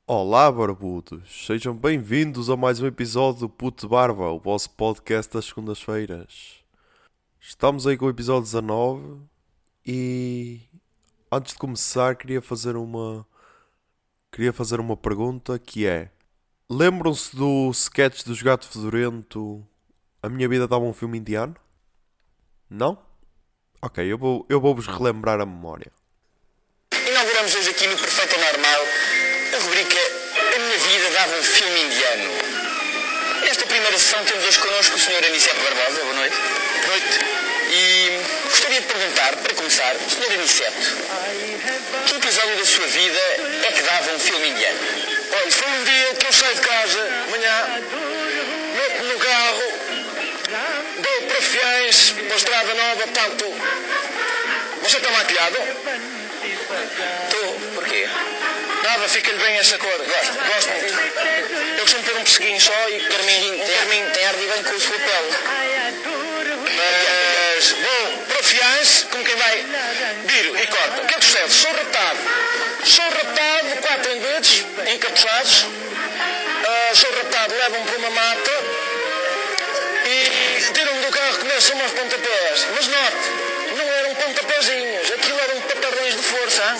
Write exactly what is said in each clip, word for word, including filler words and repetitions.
Olá, barbudos! Sejam bem-vindos a mais um episódio do Puto de Barba, o vosso podcast das segundas-feiras. Estamos aí com o episódio dezanove e antes de começar queria fazer uma queria fazer uma pergunta que é: lembram-se do sketch dos Gato Fedorento A Minha Vida Dava um Filme Indiano? Não? Ok, eu vou, eu vou-vos relembrar a memória. Inauguramos hoje aqui no Perfeito Normal a rubrica A Minha Vida Dava um Filme Indiano. Nesta primeira sessão temos hoje connosco o senhor Aniceto Barbosa. Boa noite. Boa noite. E gostaria de perguntar, para começar, senhor Aniceto, que episódio da sua vida é que dava um filme indiano? Olha, foi um dia que eu saio de casa, amanhã, meto-me no carro, dou para Fiães, uma estrada nova, portanto, você está maquilhado? Estou. Porquê? Nada, fica-lhe bem essa cor. Gosto, gosto muito. Eu costumo ter um pesseguinho só e Carminho, um tem, carminho. tem ar de bem com a sua pele. Mas vou para Fiães, como quem vai, viro e corta. O que é que sucede? Sou raptado. Sou raptado, quatro endedos, encapuçados. Ah, sou raptado, levam-me para uma mata e tiram-me do carro, começam-me aos pontapés. Mas note, não eram pontapézinhos, aquilo eram patadões de força. Hein?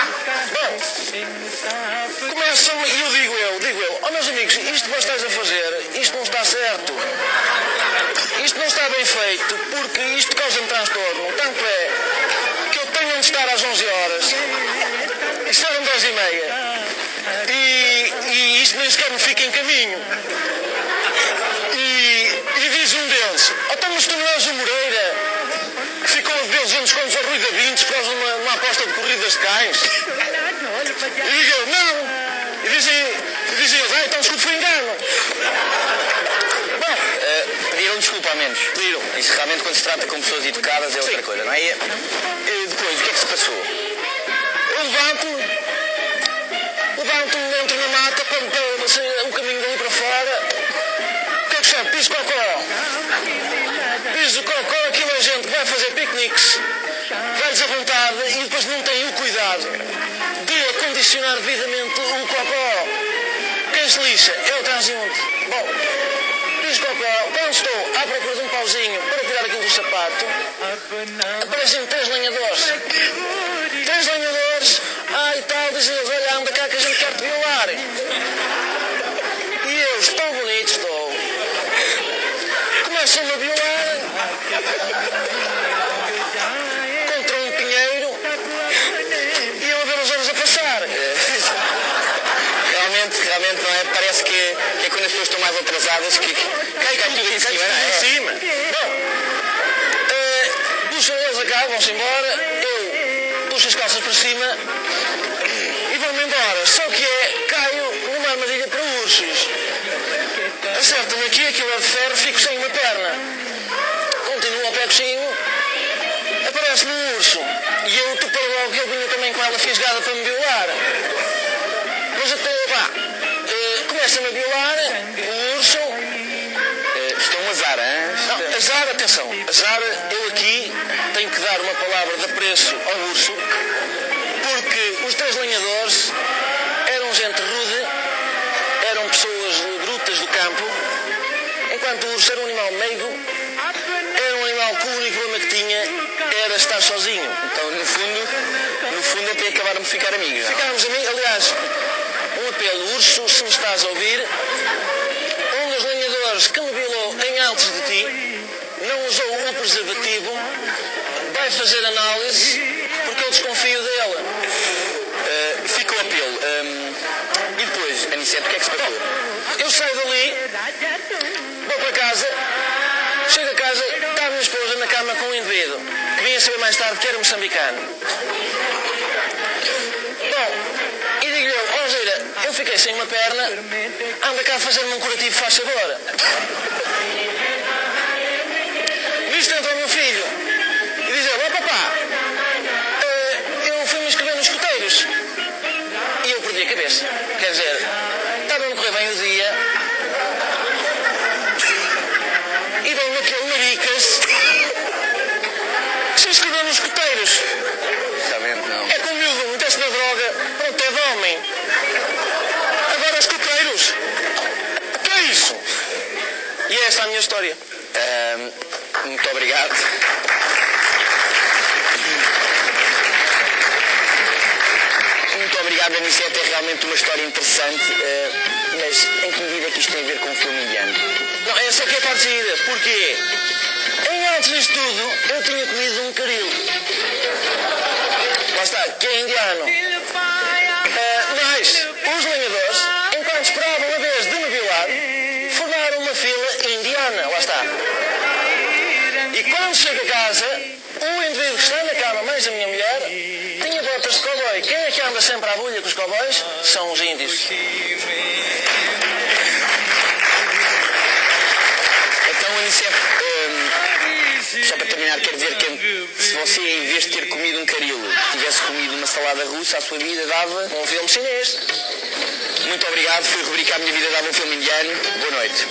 Bom, começam-me, e eu digo eu, digo eu, oh meus amigos, isto que vós estás a fazer, isto não está certo. Isto não está bem feito, porque isto causa-me transtorno. Tanto é que eu tenho onde estar às onze horas, e serão dez e meia, e, e isto nem sequer me fica em caminho. E, e diz um deles, oh, então, mas tu não és o Moreira, que ficou a beber os anos contos ao Rui da Vintes por causa de uma, uma aposta de corridas de cães? E digo eu, não. E dizem, e dizem eles, ah, então desculpe, foi engano. Bom, Uh, pediram desculpa, ao menos. pediram. Isso realmente, quando se trata com pessoas educadas, é outra Sim. coisa, não é? E, e depois, o que é que se passou? Eu levanto-me, levanto-me, entro na mata, para, para assim, o caminho dali para fora. O que é que chama? Piso cocó. Piso cocó, aquilo é gente que vai fazer piqueniques, vai-lhes à vontade e depois não tem o cuidado de acondicionar devidamente o cocó. Quem se lixa é o transeunte. Bom, piso cocó, quando estou à procura de um pauzinho para tirar aquilo do sapato, aparecem três lenhadores. Três lenhadores, ah e tal, dizem eles, olha, anda cá que a gente quer te violar. E eu, estou bonito, estou. Começam-me a violar contra um pinheiro e eu a ver os anos a passar. Realmente, realmente, não é? Parece que, que é quando as pessoas estão mais atrasadas que, que cai, cai tudo em Cai cima, tudo não é? em cima. Bom, eh, puxam eles a cá, vão-se embora, eu puxo as calças para cima e vou-me embora. Só que é, caio numa armadilha para ursos. Acertam-me aqui, aquilo é de ferro, fico sem uma perna. Continuo ao pé coxinho, aparece-me um urso e eu topei logo que ele vinha também com ela fisgada para me violar. Mas até, pá, eh, começa-me a violar, o urso. Uh, isto é um azar, hein? Não, azar, atenção, azar, eu aqui tenho que dar uma palavra de apreço ao urso, porque os três lenhadores eram gente rude, eram pessoas brutas do campo, enquanto o urso era um animal meigo, era um animal que o único problema que tinha era estar sozinho. Então, no fundo, no fundo até acabaram de ficar amigos, não? Ficámos amigos, aliás, um apelo, urso, se me estás a ouvir, um dos lenhadores que me violou em altos de ti, não usou o preservativo, vai fazer análise, porque eu desconfio dele. Uh, fica o apelo. Um, e depois, Aniceto, o que é que se passou? Eu saio dali, vou para casa, chego a casa, está a minha esposa na cama com um indivíduo, que vinha saber mais tarde que era moçambicano. Bom, e digo-lhe eu, ó Gira, eu fiquei sem uma perna, anda cá a fazer-me um curativo, faz favor. Nisto entra o meu filho e diz ele, ó papá, eh, eu fui-me inscrever nos escoteiros. E eu perdi a cabeça. Quer dizer, estava-me a correr bem o dia e vem aquele maricas que se inscreveu nos escoteiros. Realmente não. É com o miúdo, meteste na droga, pronto, é de homem. minha história. Um, muito obrigado. Muito obrigado, Aniceto. É realmente uma história interessante. Uh, mas em que medida é que isto tem a ver com o filme indiano? Não, essa aqui é para gira. Porquê? Em antes disto tudo, eu tinha comido um caril. Lá está, que é indiano. Uh, mas os lenhadores, enquanto esperavam a vez de me violar, formaram uma fila indiana. Lá está. E quando chego a casa, o indivíduo que está na cama, mais a minha mulher, tinha botas de cowboy. Quem é que anda sempre à bulha com os cowboys? São os índios. Então, Aniceto, um, só para terminar, quero dizer que se você, em vez de ter comido um caril, tivesse comido uma salada russa, a sua vida dava um filme chinês. Muito obrigado, foi a rubrica A Minha Vida Dava um Filme Indiano. Boa noite.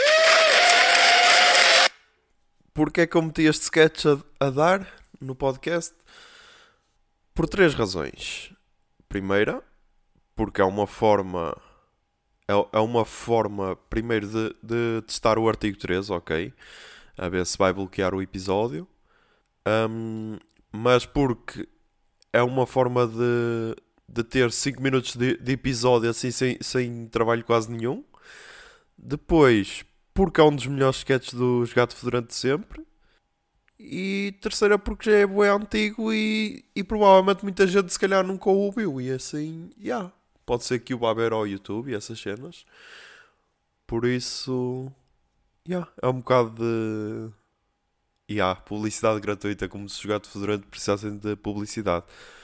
Porquê é que eu meti este sketch a, a dar no podcast? Por três razões. Primeira, porque é uma forma... É, é uma forma, primeiro, de, de testar o artigo treze, ok? A ver se vai bloquear o episódio. Um, mas porque é uma forma de, de ter cinco minutos de, de episódio assim, sem, sem trabalho quase nenhum. Depois, porque é um dos melhores sketches dos Gato Fedorento de sempre. E terceira, porque já é bué antigo e, e provavelmente muita gente se calhar nunca o ouviu. E assim, já. Yeah. Pode ser que o vá ver ao YouTube e essas cenas. Por isso, yeah, é um bocado de... Yeah, publicidade gratuita, como se os Gato Fedorento precisassem de publicidade.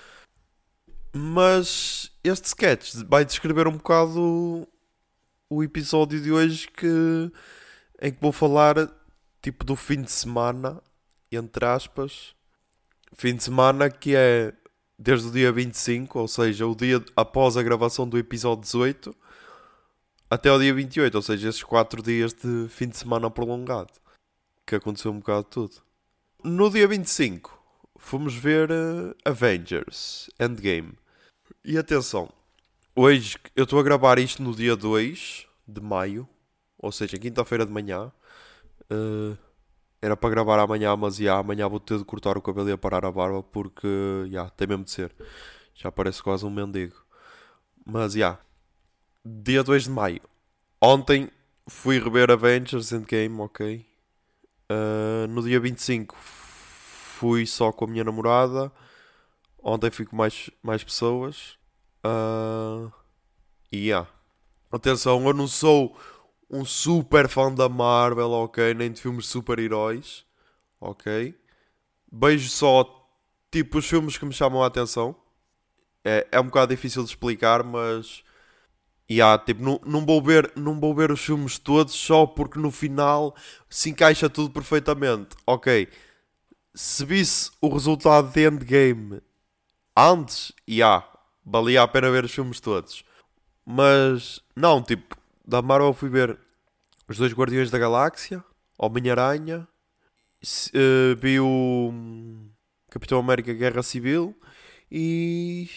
Mas este sketch vai descrever um bocado o, o episódio de hoje que, em que vou falar tipo do fim de semana, entre aspas. Fim de semana que é desde o dia vinte e cinco, ou seja, o dia após a gravação do episódio dezoito, até o dia vinte e oito, ou seja, esses quatro dias de fim de semana prolongado, que aconteceu um bocado de tudo. No dia vinte e cinco, fomos ver uh, Avengers Endgame. E atenção, hoje eu estou a gravar isto no dia dois de maio, ou seja, quinta-feira de manhã. Uh, Era para gravar amanhã, mas já, amanhã vou ter de cortar o cabelo e aparar a barba porque, já, tem mesmo de ser. Já parece quase um mendigo. Mas, já, dia dois de maio. Ontem fui rever Avengers Endgame, ok? Uh, no dia vinte e cinco fui só com a minha namorada. Ontem fui com mais, mais pessoas. Uh, e, já. Atenção, eu não sou... um super fã da Marvel, ok? Nem de filmes de super-heróis, ok? Vejo só, tipo, os filmes que me chamam a atenção. É, é um bocado difícil de explicar, mas... Yeah, tipo, não, não, vou ver, não vou ver os filmes todos só porque no final se encaixa tudo perfeitamente. Ok, se visse o resultado de Endgame antes, yeah, valia a pena ver os filmes todos. Mas, não, tipo... Da Marvel fui ver os dois Guardiões da Galáxia, Homem-Aranha, uh, vi o Capitão América Guerra Civil e...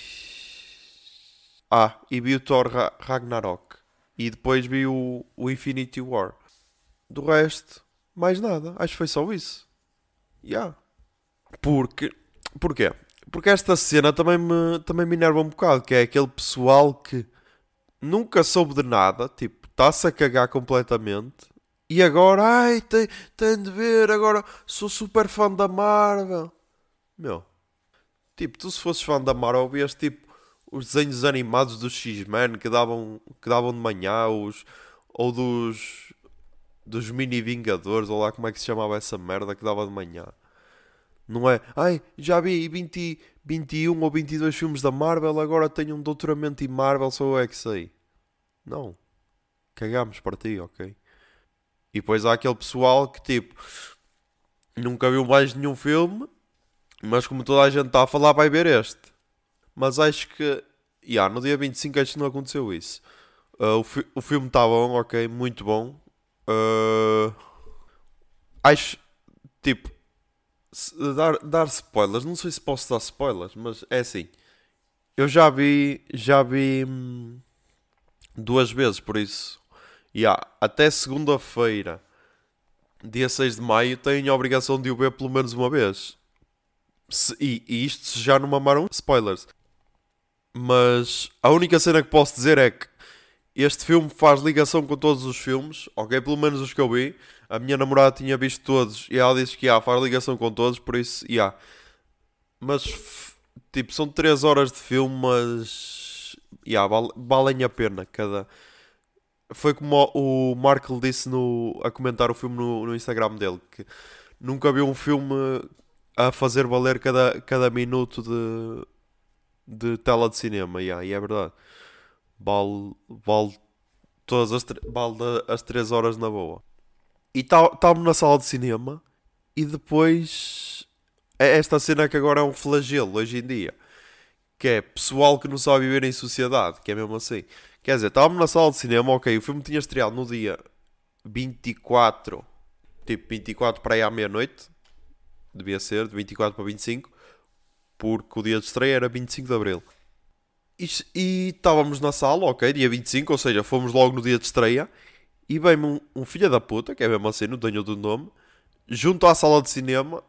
Ah, e vi o Thor Ra- Ragnarok. E depois vi o, o Infinity War. Do resto, mais nada. Acho que foi só isso. Yeah. Porque... Porquê? Porque esta cena também me, também me enerva um bocado, que é aquele pessoal que nunca soube de nada, tipo, está-se a cagar completamente. E agora, ai, tem, tem de ver, agora sou super fã da Marvel. Meu, tipo, tu se fosses fã da Marvel, vias tipo os desenhos animados dos X-Men que davam, que davam de manhã, os, ou dos, dos Mini Vingadores, ou lá como é que se chamava essa merda que dava de manhã. Não é, ai, já vi vinte, vinte e um ou vinte e dois filmes da Marvel, agora tenho um doutoramento em Marvel, só eu é que sei. Não. Cagamos para ti, ok? E depois há aquele pessoal que, tipo, nunca viu mais nenhum filme, mas como toda a gente está a falar, vai ver este. Mas acho que, yeah, no dia vinte e cinco acho que não aconteceu isso. Uh, o, fi- o filme está bom, ok? Muito bom. Uh, acho, tipo, se- dar, dar spoilers, não sei se posso dar spoilers, mas é assim. Eu já vi, já vi hum, duas vezes, por isso. Yeah, até segunda-feira dia seis de maio, têm a obrigação de o ver pelo menos uma vez. Se, e, e isto se já não mamaram spoilers. Mas a única cena que posso dizer é que este filme faz ligação com todos os filmes, ok? Pelo menos os que eu vi. A minha namorada tinha visto todos e ela disse que yeah, faz ligação com todos, por isso, yeah. Mas, tipo, são três horas de filme, mas yeah, val- valem a pena cada... Foi como o o Marco disse no, a comentar o filme no, no Instagram dele, que nunca viu um filme a fazer valer cada, cada minuto de, de tela de cinema, yeah, e é verdade. Vale, vale todas as, tre- vale da- as três horas na boa. E estávamos na sala de cinema e depois é esta cena que agora é um flagelo hoje em dia, que é pessoal que não sabe viver em sociedade, que é mesmo assim. Quer dizer, estávamos na sala de cinema, ok, o filme tinha estreado no dia vinte e quatro, tipo vinte e quatro para aí à meia-noite, devia ser, de vinte e quatro para vinte e cinco, porque o dia de estreia era vinte e cinco de Abril. E e estávamos na sala, ok, dia vinte e cinco, ou seja, fomos logo no dia de estreia, e vem-me um, um filho da puta, que é mesmo assim, não tenho outro nome, junto à sala de cinema,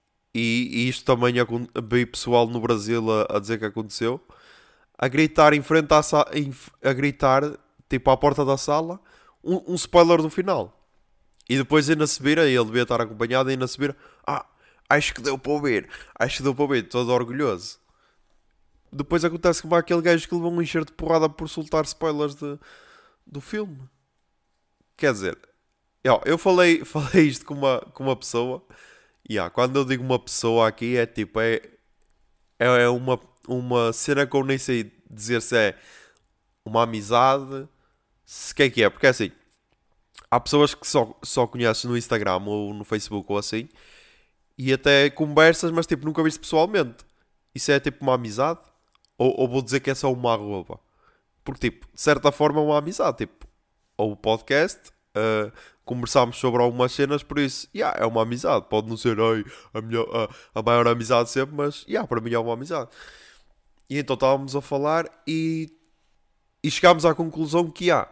e, e isto também acon- veio pessoal no Brasil a, a dizer que aconteceu, a gritar em frente à sala, a gritar, tipo à porta da sala, um, um spoiler do final. E depois ainda se vira, ele devia estar acompanhado, e ainda se vira, ah, acho que deu para ouvir, acho que deu para ouvir, todo orgulhoso. Depois acontece como aquele gajo que levou um enxerto de porrada por soltar spoilers de, do filme. Quer dizer, eu, eu falei, falei isto com uma, com uma pessoa. E yeah, quando eu digo uma pessoa aqui, é tipo, é, é é uma, uma cena que eu nem sei dizer se é uma amizade, se que é que é. Porque é assim, há pessoas que só, só conheces no Instagram ou no Facebook ou assim, e até conversas, mas tipo, nunca viste pessoalmente. Isso é tipo uma amizade? Ou, ou vou dizer que é só uma arroba? Porque, tipo, de certa forma é uma amizade. Tipo, ou o podcast, uh, conversámos sobre algumas cenas, por isso, yeah, é uma amizade. Pode não ser ai, a, minha, a, a maior amizade sempre, mas yeah, para mim é uma amizade. E então estávamos a falar e, e chegámos à conclusão que há.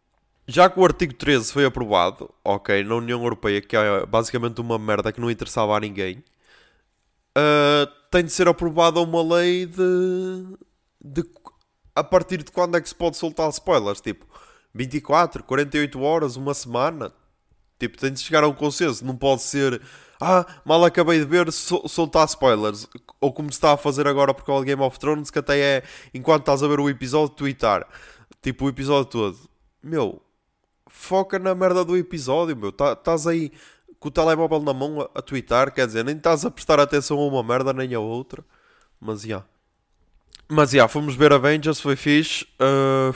Já que o artigo treze foi aprovado, ok, na União Europeia, que é basicamente uma merda que não interessava a ninguém, uh, tem de ser aprovada uma lei de, de a partir de quando é que se pode soltar spoilers, tipo vinte e quatro, quarenta e oito horas, uma semana, tipo tem de chegar a um consenso, não pode ser ah, mal acabei de ver, sol- soltar spoilers, ou como se está a fazer agora por causa de Game of Thrones, que até é enquanto estás a ver o episódio, tweetar, tipo o episódio todo, meu, foca na merda do episódio, meu, estás tá, aí com o telemóvel na mão a, a twittar, quer dizer, nem estás a prestar atenção a uma merda nem a outra. Mas já. Yeah. Mas já, yeah, fomos ver Avengers, foi fixe. Uh,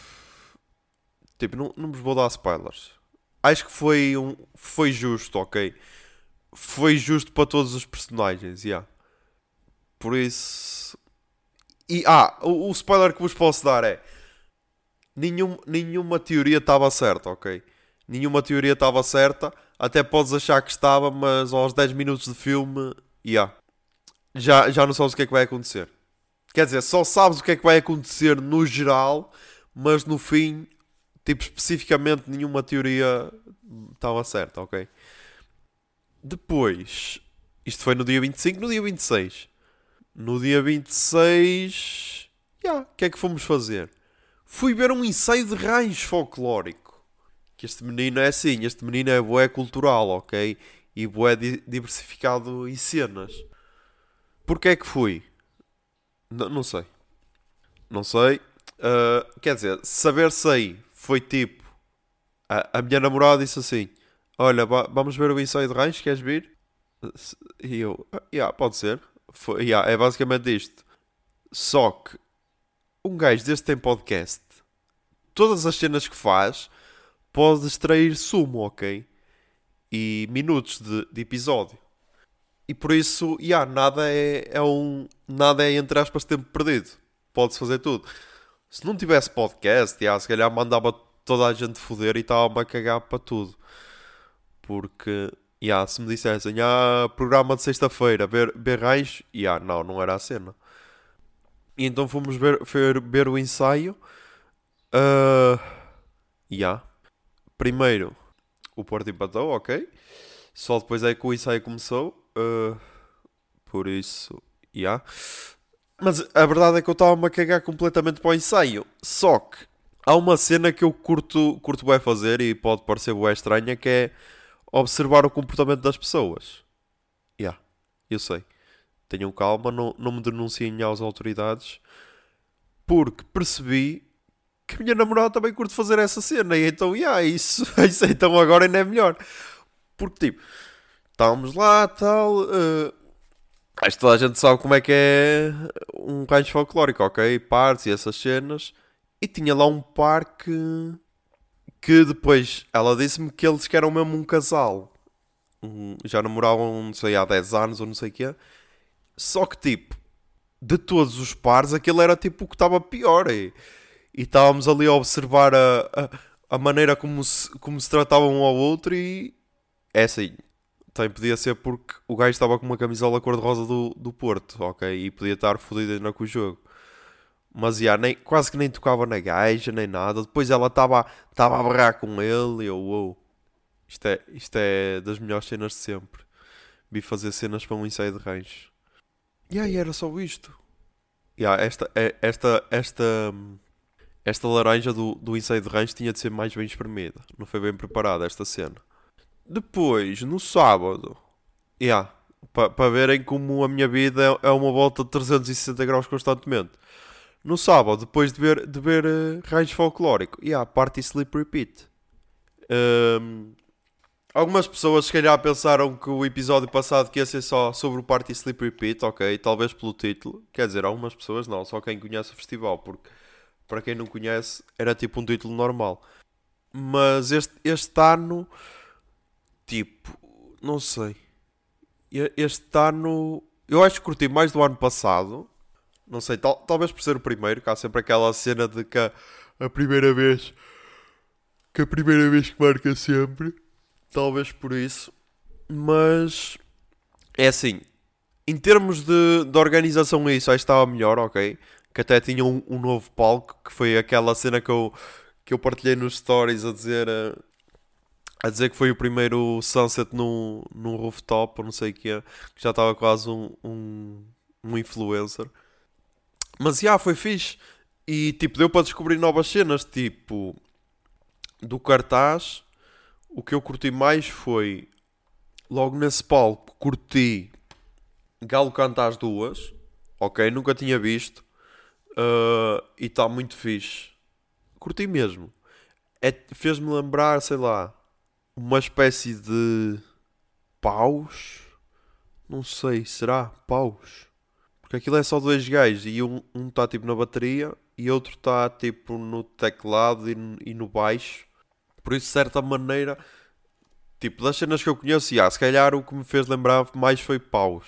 tipo, não, não vos vou dar spoilers. Acho que foi, um, foi justo, ok? Foi justo para todos os personagens, já. Yeah. Por isso... E, ah, o, o spoiler que vos posso dar é... Nenhum, nenhuma teoria estava certa, ok? Nenhuma teoria estava certa. Até podes achar que estava, mas aos dez minutos de filme, yeah, já, já não sabes o que é que vai acontecer. Quer dizer, só sabes o que é que vai acontecer no geral, mas no fim, tipo, especificamente, nenhuma teoria estava certa, ok? Depois, isto foi no dia vinte e cinco, no dia vinte e seis. No dia vinte e seis, yeah, o que é que fomos fazer? Fui ver um ensaio de rancho folclórico. Que este menino é assim, este menino é bué cultural, ok? E bué di- diversificado em cenas. Porquê é que fui? N- não sei. Não sei. Ah, quer dizer, saber sei. Foi tipo... A, a minha namorada disse assim... Olha, va- vamos ver o ensaio de rancho, queres vir? E eu... "Ah, yeah, pode ser." Foi, yeah, é basicamente isto. Só que... Um gajo deste tem podcast. Todas as cenas que faz... Pode extrair sumo, ok? E minutos de, de episódio. E por isso, yeah, nada é, é um. Nada é, entre aspas, tempo perdido. Pode-se fazer tudo. Se não tivesse podcast, yeah, se calhar mandava toda a gente foder e estava-me a cagar para tudo. Porque, yeah, se me dissessem, ah, programa de sexta-feira, ver, ver raios, yeah, não, não era a cena. E então fomos ver, ver, ver o ensaio. Uh, yeah. Primeiro, o Porto empatou, ok. Só depois é que o ensaio começou. Uh, por isso, já. Yeah. Mas a verdade é que eu estava-me a cagar completamente para o ensaio. Só que há uma cena que eu curto, curto bem fazer e pode parecer bem estranha, que é observar o comportamento das pessoas. Já, yeah, eu sei. Tenham calma, não, não me denunciem às autoridades. Porque percebi que a minha namorada também curte fazer essa cena. E então, yeah, isso, isso então agora ainda é melhor. Porque tipo, estávamos lá, tal... Uh, acho que toda a gente sabe como é que é um rancho folclórico, ok? Parques e essas cenas. E tinha lá um parque que depois ela disse-me que eles que eram mesmo um casal. Um, já namoravam, não sei, há dez anos ou não sei o quê. Só que tipo, de todos os pares, aquele era tipo o que estava pior. E, e estávamos ali a observar a, a, a maneira como se, como se tratavam um ao outro e é assim. Também podia ser porque o gajo estava com uma camisola cor-de-rosa do, do Porto, ok? E podia estar fodido ainda com o jogo. Mas, yeah, nem, quase que nem tocava na gaja, nem nada. Depois ela estava a berrar com ele e eu, uou. Isto é, isto é das melhores cenas de sempre. Vi fazer cenas para um ensaio de rancho. E aí era só isto. Yeah, esta, é- esta, esta, esta laranja do, do ensaio de rancho tinha de ser mais bem espremida. Não foi bem preparada esta cena. Depois, no sábado, yeah, para verem como a minha vida é, é uma volta de trezentos e sessenta graus constantemente. No sábado, depois de ver, de ver uh, rancho folclórico, yeah, party sleep repeat. Um, algumas pessoas se calhar pensaram que o episódio passado que ia ser só sobre o party sleep repeat, ok, talvez pelo título. Quer dizer, algumas pessoas não, só quem conhece o festival, porque para quem não conhece era tipo um título normal. Mas este, este ano... Tipo, não sei. E- Este ano, eu acho que curti mais do ano passado. Não sei, tal- talvez por ser o primeiro, que há sempre aquela cena de que a, a primeira vez, que a primeira vez que marca sempre. Talvez por isso. Mas, é assim, em termos de, de organização isso, acho que estava melhor, ok? Que até tinha um, um novo palco, que foi aquela cena que eu, que eu partilhei nos stories a dizer... eh, a dizer que foi o primeiro sunset num, num rooftop, ou não sei o quê, que já estava quase um, um, um influencer. Mas já, foi fixe. E tipo, deu para descobrir novas cenas, tipo, do cartaz, o que eu curti mais foi, logo nesse palco, curti Galo canta às duas, ok, nunca tinha visto, uh, e está muito fixe. Curti mesmo. É, fez-me lembrar, sei lá, uma espécie de paus. Não sei, será paus? Porque aquilo é só dois gajos e um um está tipo na bateria e outro está tipo no teclado e, no- e no baixo. Por isso, de certa maneira, tipo, das cenas que eu conheço, já, se calhar o que me fez lembrar mais foi paus.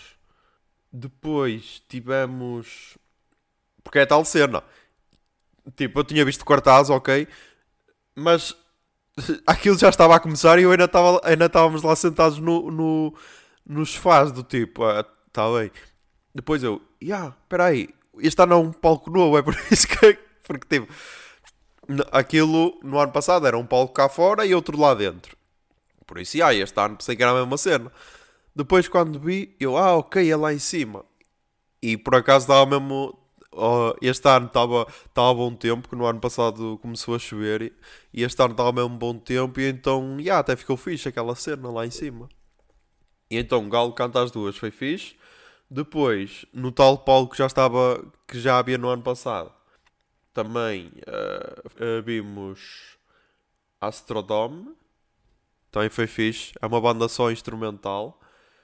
Depois tivemos. Porque é tal cena. Tipo, eu tinha visto cartaz, ok, mas aquilo já estava a começar e eu ainda estava, ainda estávamos lá sentados no, no, nos sofás do tipo, ah, tá bem. Depois eu, yeah, espera aí, este ano é um palco novo, é por isso que, porque tipo, n- aquilo no ano passado era um palco cá fora e outro lá dentro. Por isso, yeah, este ano pensei que era a mesma cena. Depois quando vi, eu, ah, ok, é lá em cima. E por acaso estava mesmo. Ó, este ano estava estava bom tempo, que no ano passado começou a chover. E e este ano estava mesmo bom tempo. E então, yeah, até ficou fixe aquela cena lá em cima. E então, o Galo canta as duas, foi fixe. Depois, no tal palco que já estava, que já havia no ano passado, também eh, eh, vimos Astrodome. Também foi fixe. É uma banda só instrumental.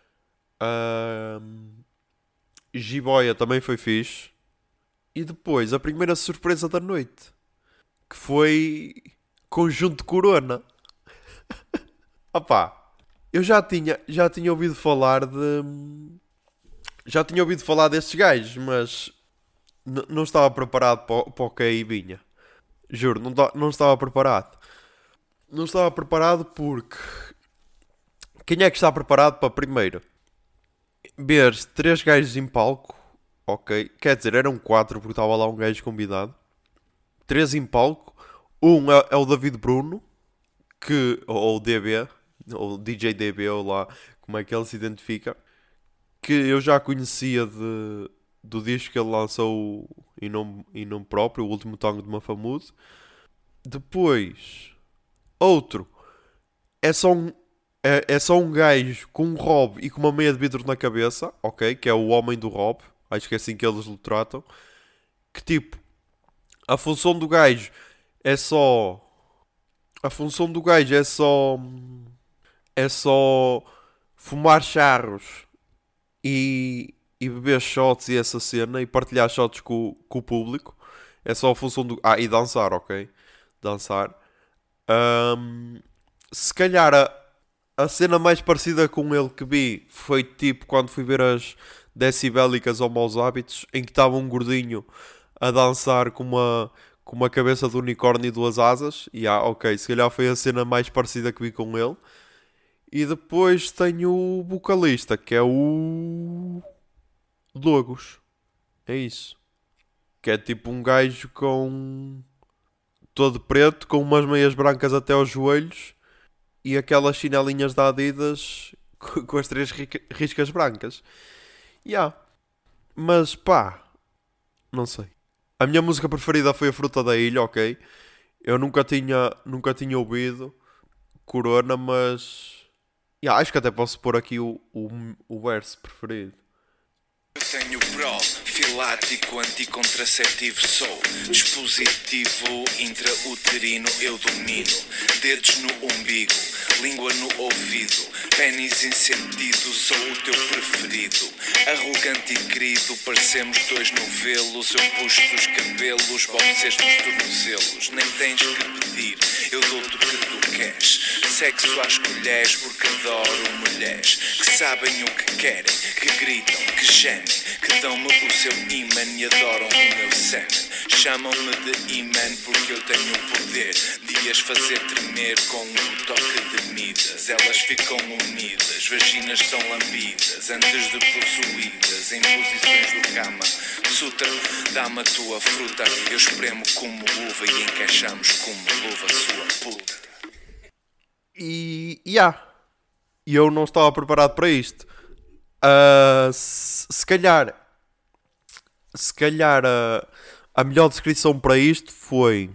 Ahm, Jiboia também foi fixe. E depois, a primeira surpresa da noite, que foi Conjunto Corona. Opá, eu já tinha, já tinha ouvido falar de... Já tinha ouvido falar destes gajos, mas n- não estava preparado para, o- para o que aí vinha. Juro, não, ta- não estava preparado. Não estava preparado porque... Quem é que está preparado para primeiro ver três gajos em palco? Ok, quer dizer, eram quatro porque estava lá um gajo convidado. Três em palco. Um é, é o David Bruno, que, ou o D B, ou D J D B, ou lá, como é que ele se identifica, que eu já conhecia de, do disco que ele lançou em nome, em nome próprio, O Último Tango de Mafamude. Depois, outro, é só um, é, é só um gajo com um Rob e com uma meia de vidro na cabeça, ok? Que é o homem do Rob, acho que é assim que eles o tratam. Que tipo, a função do gajo é só... A função do gajo é só... É só fumar charros e, e beber shots e essa cena e partilhar shots com, com o público. É só a função do... Ah, e dançar, ok? Dançar. Ahm, se calhar a, a cena mais parecida com ele que vi foi tipo quando fui ver as Decibélicas ou Maus Hábitos, em que estava um gordinho a dançar com uma, com uma cabeça de unicórnio e duas asas. E ah, ok, se calhar foi a cena mais parecida que vi com ele. E depois tenho o vocalista, que é o Logos. É isso. Que é tipo um gajo com... todo preto, com umas meias brancas até aos joelhos e aquelas chinelinhas da Adidas com as três riscas brancas. Yeah. Mas pá, não sei. A minha música preferida foi A Fruta da Ilha, ok? Eu nunca tinha, nunca tinha ouvido Corona, mas... Yeah, acho que até posso pôr aqui o, o, o verso preferido. Tenho profilático, anticontraceptivo, sou dispositivo intrauterino, eu domino. Dedos no umbigo, língua no ouvido, pênis em sentido, sou o teu preferido. Arrogante e querido, parecemos dois novelos. Eu puxo os cabelos, vocês nos tornozelos. Nem tens que pedir, eu dou-te o que tu queres. Sexo às colheres, porque adoro mulheres que sabem o que querem, que gritam, que gemem, que dão-me o seu imã e adoram o meu sêmen. Chamam-me de imã porque eu tenho o poder de as fazer tremer com um toque de Midas. Elas ficam unidas, vaginas são lambidas antes de possuídas em posições do Kama Sutra. Dá-me a tua fruta, eu espremo como uva e encaixamos como luva sua puta. E... Yeah. E eu não estava preparado para isto. Uh, se, se calhar... Se calhar a, a melhor descrição para isto foi...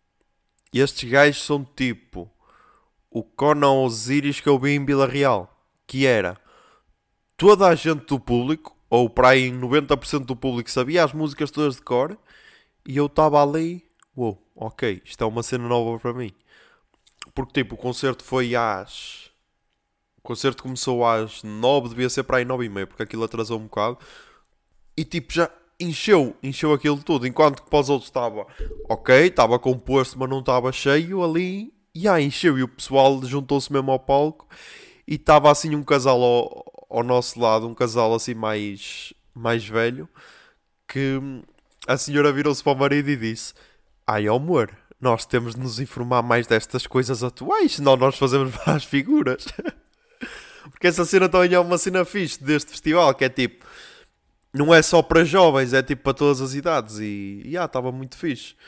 Estes gajos são tipo... O Conan Osiris que eu vi em Vila Real. Que era... Toda a gente do público... Ou para aí noventa por cento do público sabia as músicas todas de cor. E eu estava ali... Uou, ok, isto é uma cena nova para mim. Porque tipo, o concerto foi às... O concerto começou às nove, devia ser para aí nove e meia, porque aquilo atrasou um bocado. E tipo, já encheu, encheu aquilo tudo. Enquanto que para os outros estava, ok, estava composto, mas não estava cheio ali. E já encheu, e o pessoal juntou-se mesmo ao palco. E estava assim um casal ao, ao nosso lado, um casal assim mais, mais velho. Que a senhora virou-se para o marido e disse: ai, amor, nós temos de nos informar mais destas coisas atuais, senão nós fazemos más figuras. Porque essa cena também é uma cena fixe deste festival, que é tipo... Não é só para jovens, é tipo para todas as idades. E, já, yeah, estava muito fixe.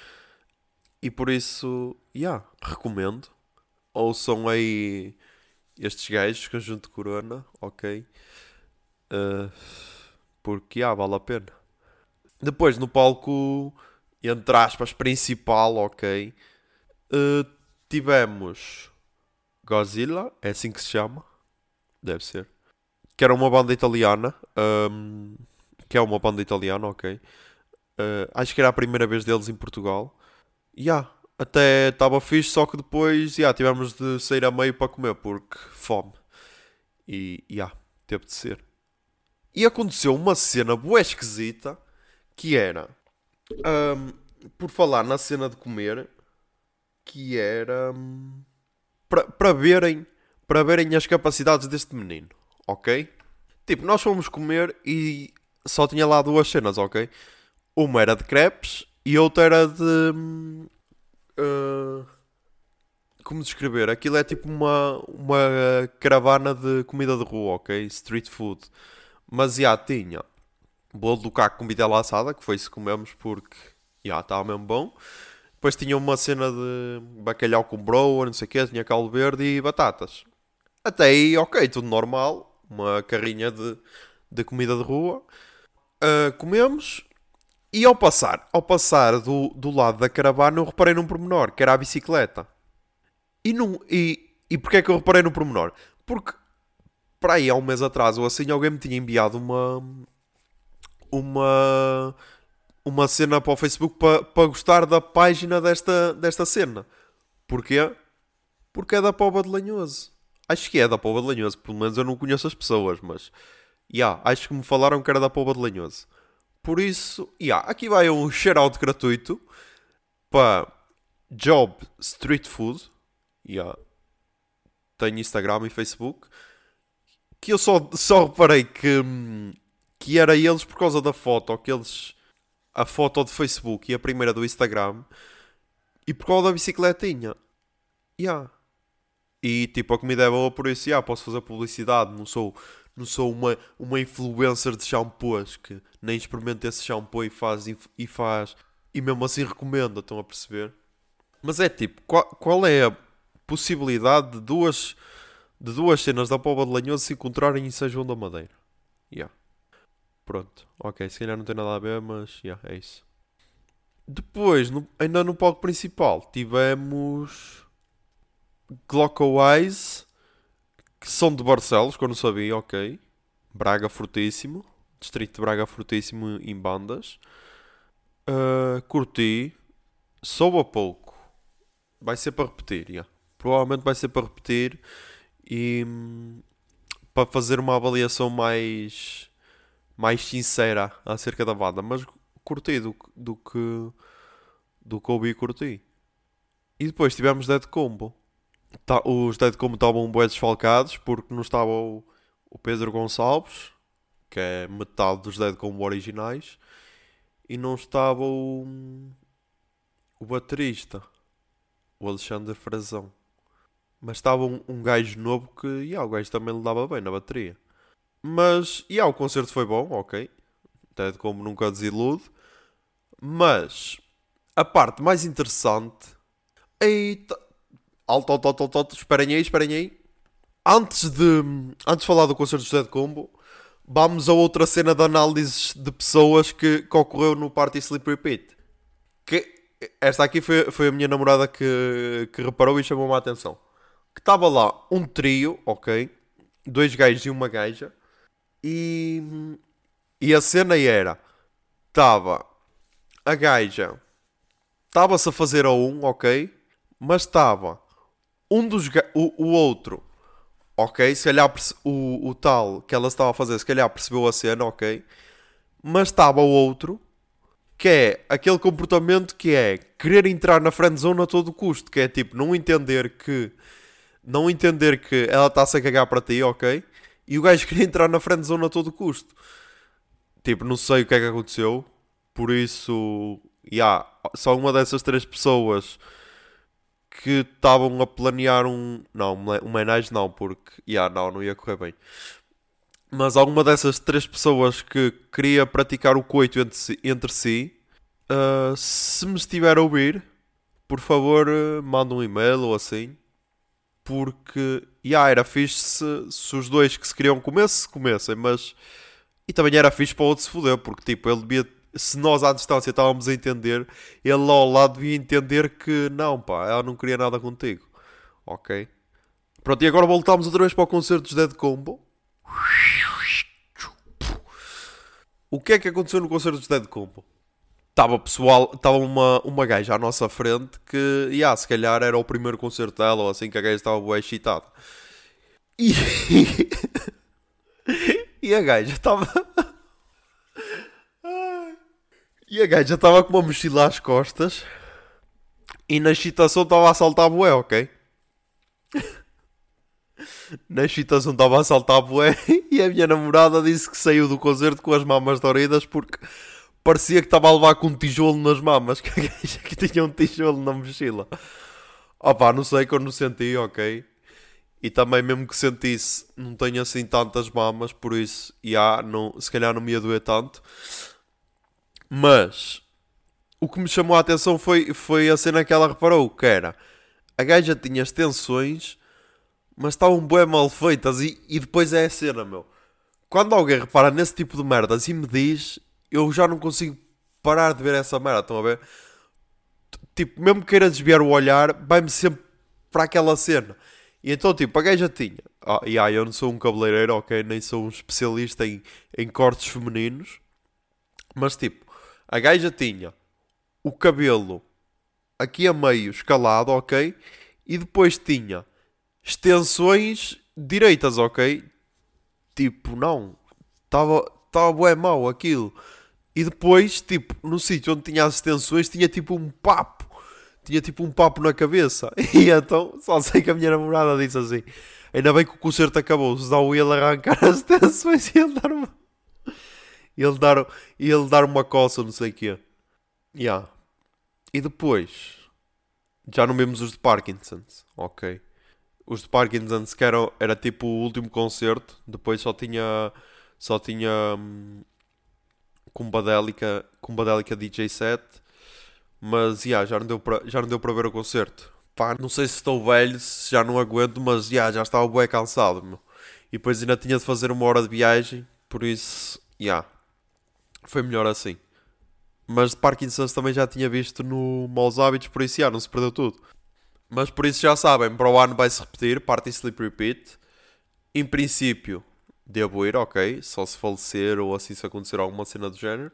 E por isso, já, yeah, recomendo. Ouçam aí estes gajos, Conjunto Corona, ok? Uh, porque, já, yeah, vale a pena. Depois, no palco... Entre aspas, principal, ok. Uh, tivemos Godzilla, é assim que se chama. Deve ser. Que era uma banda italiana. Um, que é uma banda italiana, ok. Uh, acho que era a primeira vez deles em Portugal. E yeah, até estava fixe, só que depois yeah, tivemos de sair a meio para comer, porque fome. E yeah, teve de ser. E aconteceu uma cena bué esquisita, que era... Um, por falar na cena de comer, que era um, para verem para verem as capacidades deste menino, ok? Tipo, nós fomos comer e só tinha lá duas cenas, ok? Uma era de crepes e outra era de uh, como descrever? Aquilo é tipo uma, uma caravana de comida de rua, ok? Street food. Mas já tinha bolo do caco com vitela assada, que foi isso que comemos porque já estava mesmo bom. Depois tinha uma cena de bacalhau com broa, não sei o quê, tinha caldo verde e batatas. Até aí, ok, tudo normal. Uma carrinha de, de comida de rua. Uh, comemos. E ao passar, ao passar do, do lado da caravana, eu reparei num pormenor, que era a bicicleta. E, num, e, e porquê é que eu reparei no pormenor? Porque, para aí, há um mês atrás, ou assim, alguém me tinha enviado uma... Uma... Uma cena para o Facebook para, para gostar da página desta, desta cena. Porquê? Porque é da Póvoa de Lanhoso. Acho que é da Póvoa de Lanhoso. Pelo menos eu não conheço as pessoas, mas... Yeah, acho que me falaram que era da Póvoa de Lanhoso. Por isso, yeah, aqui vai um shout-out gratuito para Job Street Food. Yeah. Tenho Instagram e Facebook. Que eu só, só reparei que, que era eles por causa da foto. Que eles, a foto do Facebook e a primeira do Instagram. E por causa da bicicletinha. Yeah. E tipo, a comida é boa, por isso yeah, posso fazer publicidade. Não sou... Não sou uma, uma influencer de shampoos que nem experimenta esse shampoo e faz, e faz e mesmo assim recomenda, estão a perceber? Mas é tipo, qual, qual é a possibilidade de duas, de duas cenas da Póvoa de Lanhoso se encontrarem em São João da Madeira? Yeah. Pronto, ok, se calhar não tem nada a ver, mas yeah, é isso. Depois, no, ainda no palco principal, tivemos Glauco Eyes, que são de Barcelos, que eu não sabia, ok. Braga fortíssimo. Distrito de Braga fortíssimo em bandas. Uh, curti. Soube a pouco. Vai ser para repetir, yeah. Provavelmente vai ser para repetir. E hum, para fazer uma avaliação mais, mais sincera acerca da banda. Mas curti do, do que do que ouvi e curti. E depois tivemos Dead Combo. Tá, os Dead Combo estavam bué desfalcados porque não estava o, o Pedro Gonçalves, que é metade dos Dead Combo originais, e não estava o, o baterista, o Alexandre Frazão. Mas estava um, um gajo novo que, yeah, o gajo também lhe dava bem na bateria. Mas, yeah, o concerto foi bom, ok. Dead Combo nunca desilude. Mas, a parte mais interessante... Eita... Alto, alto, alto, alto, alto, esperem aí, esperem aí. Antes de, antes de falar do concerto do Dead Combo, vamos a outra cena de análises de pessoas que, que ocorreu no Party Sleep Repeat. Que, esta aqui foi, foi a minha namorada que, que reparou e chamou-me a atenção. Que estava lá um trio, ok? Dois gajos e uma gaja. E, e a cena era... Estava a gaja... Estava-se a fazer a um, ok? Mas estava... Um dos ga- o, o outro, ok, se calhar perce- o, o tal que ela estava a fazer, se calhar percebeu a cena, ok, mas estava o outro, que é aquele comportamento que é querer entrar na friendzone a todo custo, que é tipo, não entender que, não entender que ela está-se a cagar para ti, ok, e o gajo queria entrar na friendzone a todo custo. Tipo, não sei o que é que aconteceu, por isso, yeah, só uma dessas três pessoas... que estavam a planear um... Não, uma homenagem não, porque... Yeah, não, não ia correr bem. Mas alguma dessas três pessoas que queria praticar o coito entre si... Entre si uh, se me estiver a ouvir, por favor, uh, manda um e-mail ou assim. Porque... Yeah, era fixe se, se os dois que se queriam comer, se comessem, mas... E também era fixe para o outro se foder, porque tipo, ele devia... Se nós à distância estávamos a entender, ele lá ao lado devia entender que não, pá, ela não queria nada contigo. Ok? Pronto, e agora voltamos outra vez para o concerto dos Dead Combo. O que é que aconteceu no concerto dos Dead Combo? Estava pessoal, estava uma, uma gaja à nossa frente que, yeah, se calhar era o primeiro concerto dela ou assim, que a gaja estava bué excitada. E... e a gaja estava... E a gaja estava com uma mochila às costas e na excitação estava a saltar bué, ok? Na excitação estava a saltar bué e a minha namorada disse que saiu do concerto com as mamas doridas porque parecia que estava a levar com um tijolo nas mamas, que a gaja que tinha um tijolo na mochila. Opá, não sei que eu não senti, ok? E também mesmo que sentisse, não tenho assim tantas mamas, por isso, yeah, não, se calhar não me ia doer tanto. Mas o que me chamou a atenção foi, foi a cena que ela reparou, que era a gaja tinha extensões mas estavam bué mal feitas. E, e depois é a cena, meu. Quando alguém repara nesse tipo de merdas e me diz, eu já não consigo parar de ver essa merda, estão a ver? Tipo, mesmo que queira desviar o olhar, vai-me sempre para aquela cena. E então, tipo, a gaja tinha. Ah, e aí, eu não sou um cabeleireiro, ok? Nem sou um especialista em, em cortes femininos. Mas, tipo, a gaja tinha o cabelo aqui a meio escalado, ok? E depois tinha extensões direitas, ok? Tipo, não. Estava tava bué mau aquilo. E depois, tipo, no sítio onde tinha as extensões, tinha tipo um papo. Tinha tipo um papo na cabeça. E então, só sei que a minha namorada disse assim: ainda bem que o concerto acabou, senão ele arrancar as extensões e ele dar uma... ele dar, ele dar uma coça, não sei o quê. Yeah. E depois, já não vimos os de Parkinson's, ok. Os de Parkinson's que eram, era tipo o último concerto. Depois só tinha, só tinha hum, Kumbadélica, Kumbadélica D J set. Mas yeah, já não deu para já não deu para ver o concerto. Pá, não sei se estou velho, se já não aguento, mas yeah, já estava bué cansado, meu. E depois ainda tinha de fazer uma hora de viagem, por isso, yeah, foi melhor assim. Mas de Parkinson's também já tinha visto no Maus Hábitos, por isso yeah, não se perdeu tudo. Mas por isso já sabem, para o ano vai-se repetir, Party Sleep Repeat. Em princípio, devo ir, ok, só se falecer ou assim se acontecer alguma cena do género.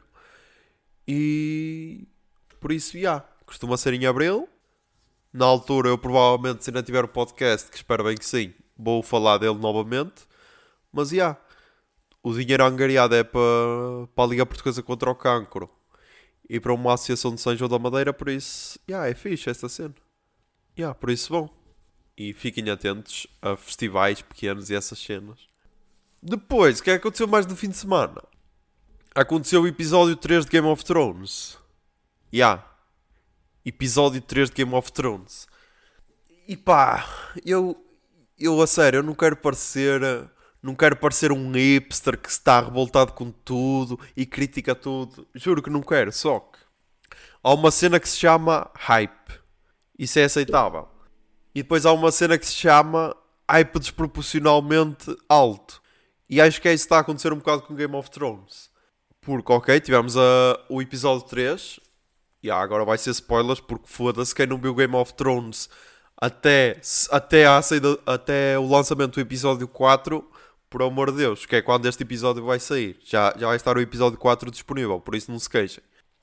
E... por isso, já, yeah, costuma ser em Abril. Na altura, eu provavelmente, se ainda tiver o podcast, que espero bem que sim, vou falar dele novamente. Mas, já, yeah, o dinheiro angariado é para, para a Liga Portuguesa contra o Cancro e para uma associação de São João da Madeira, por isso, já, yeah, é fixe esta cena. Já, yeah, por isso, bom. E fiquem atentos a festivais pequenos e essas cenas. Depois, o que é que aconteceu mais no fim de semana? Aconteceu o episódio três de Game of Thrones. Ya. Yeah. Episódio três de Game of Thrones. E pá, eu, eu a sério, eu não quero parecer, não quero parecer um hipster que está revoltado com tudo e critica tudo. Juro que não quero, só que há uma cena que se chama hype. Isso é aceitável. E depois há uma cena que se chama hype desproporcionalmente alto. E acho que é isso que está a acontecer um bocado com Game of Thrones. Porque, ok, tivemos a, o episódio três. E yeah, agora vai ser spoilers, porque foda-se, quem não viu Game of Thrones até, até, a saída, até o lançamento do episódio quatro, por amor de Deus, que é quando este episódio vai sair. Já, já vai estar o episódio quatro disponível, por isso não se queixem.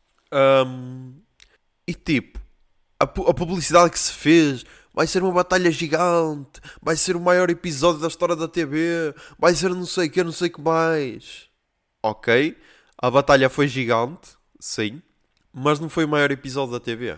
Um, e tipo, a, a publicidade que se fez, vai ser uma batalha gigante, vai ser o maior episódio da história da T V, vai ser não sei o que, não sei o que mais. Ok, a batalha foi gigante, sim. Mas não foi o maior episódio da T V.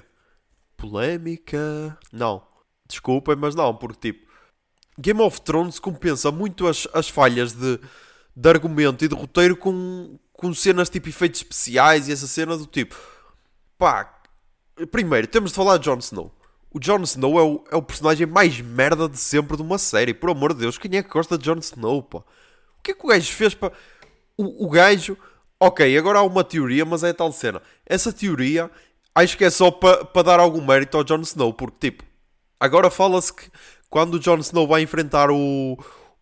Polémica. Não. Desculpem, mas não. Porque tipo, Game of Thrones compensa muito as, as falhas de, de argumento e de roteiro com, com cenas tipo efeitos especiais e essa cena do tipo. Pá. Primeiro, temos de falar de Jon Snow. O Jon Snow é o, é o personagem mais merda de sempre de uma série. Por amor de Deus, quem é que gosta de Jon Snow, pá? O que é que o gajo fez para... O, o gajo... Ok, agora há uma teoria, mas é a tal cena. Essa teoria, acho que é só para pa dar algum mérito ao Jon Snow. Porque, tipo, agora fala-se que quando o Jon Snow vai enfrentar o,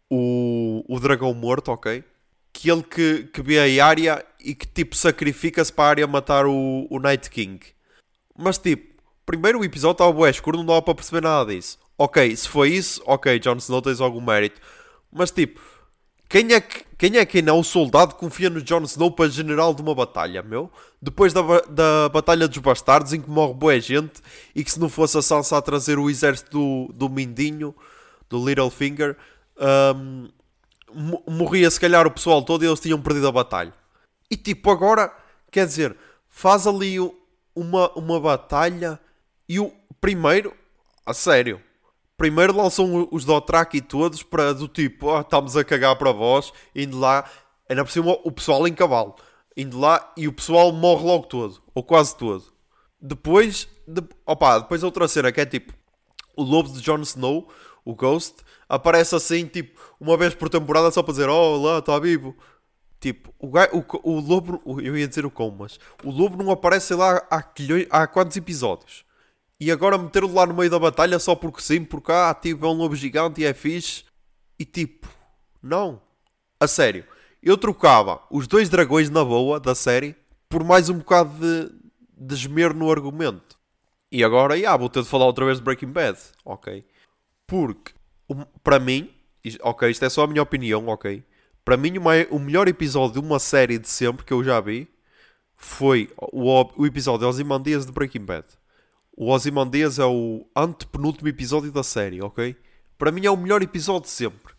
o, o dragão morto, ok? Que ele que, que vê a Arya e que, tipo, sacrifica-se para a Arya matar o, o Night King. Mas, tipo, primeiro o episódio estava bué escuro, não dava para perceber nada disso. Ok, se foi isso, ok, Jon Snow tens algum mérito. Mas, tipo... Quem é, que, quem é que não o soldado confia no Jon Snow para general de uma batalha, meu? Depois da, da Batalha dos Bastardos, em que morre boa gente, e que se não fosse a Sansa a trazer o exército do, do Mindinho, do Littlefinger, um, morria se calhar o pessoal todo e eles tinham perdido a batalha. E tipo, agora, quer dizer, faz ali uma, uma batalha e o primeiro, a sério... Primeiro lançam os Dothraki todos para do tipo, oh, estamos a cagar para vós, indo lá, ainda por cima o pessoal em cavalo, indo lá e o pessoal morre logo todo, ou quase todo. Depois, de, opa, depois outra cena que é tipo, o lobo de Jon Snow, o Ghost, aparece assim, tipo, uma vez por temporada só para dizer, oh lá, está vivo. Tipo, o, o, o lobo, eu ia dizer o como, mas o lobo não aparece, sei lá, há, quilhões, há quantos episódios? E agora meter-lo lá no meio da batalha só porque sim, porque ah, tipo, é um lobo gigante e é fixe. E tipo, não. A sério, eu trocava os dois dragões na boa da série por mais um bocado de, de esmero no argumento. E agora, yeah, vou ter de falar outra vez de Breaking Bad, ok? Porque, um, para mim, ok, isto é só a minha opinião, ok? Para mim, uma, o melhor episódio de uma série de sempre que eu já vi foi o, o episódio Ozymandias de Breaking Bad. O Ozymandias é o antepenúltimo episódio da série, ok? Para mim é o melhor episódio de sempre.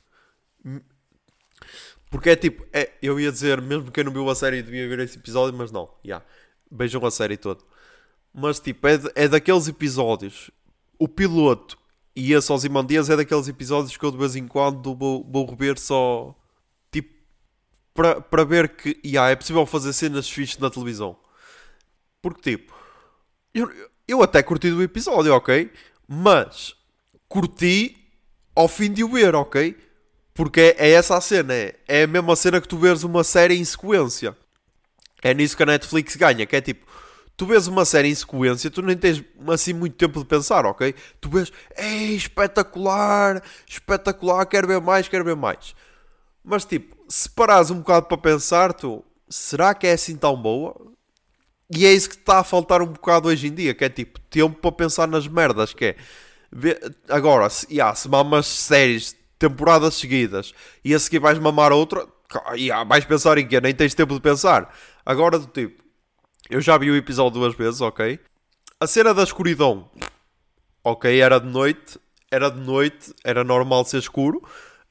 Porque é tipo, é, eu ia dizer, mesmo quem não viu a série devia ver esse episódio, mas não, yeah, beijam a série toda. Mas tipo, é, é daqueles episódios, o piloto e esse Ozymandias é daqueles episódios que eu de vez em quando vou, vou rever só, tipo, para ver que yeah, é possível fazer cenas fixes na televisão. Porque tipo, eu, eu até curti do episódio, ok? Mas curti ao fim de o ver, ok? Porque é, é essa a cena, é, é a mesma cena que tu vês uma série em sequência. É nisso que a Netflix ganha, que é tipo, tu vês uma série em sequência, tu nem tens assim muito tempo de pensar, ok? Tu vês, ei, espetacular, espetacular, quero ver mais, quero ver mais. Mas tipo, se parares um bocado para pensar, tu, será que é assim tão boa? E é isso que está a faltar um bocado hoje em dia, que é tipo, tempo para pensar nas merdas, que é... Agora, se, yeah, se mamas séries, temporadas seguidas, e a seguir vais mamar outra, yeah, vais pensar em quê? Nem tens tempo de pensar. Agora, do tipo, eu já vi o episódio duas vezes, ok? A cena da escuridão, ok, era de noite, era de noite, era normal ser escuro,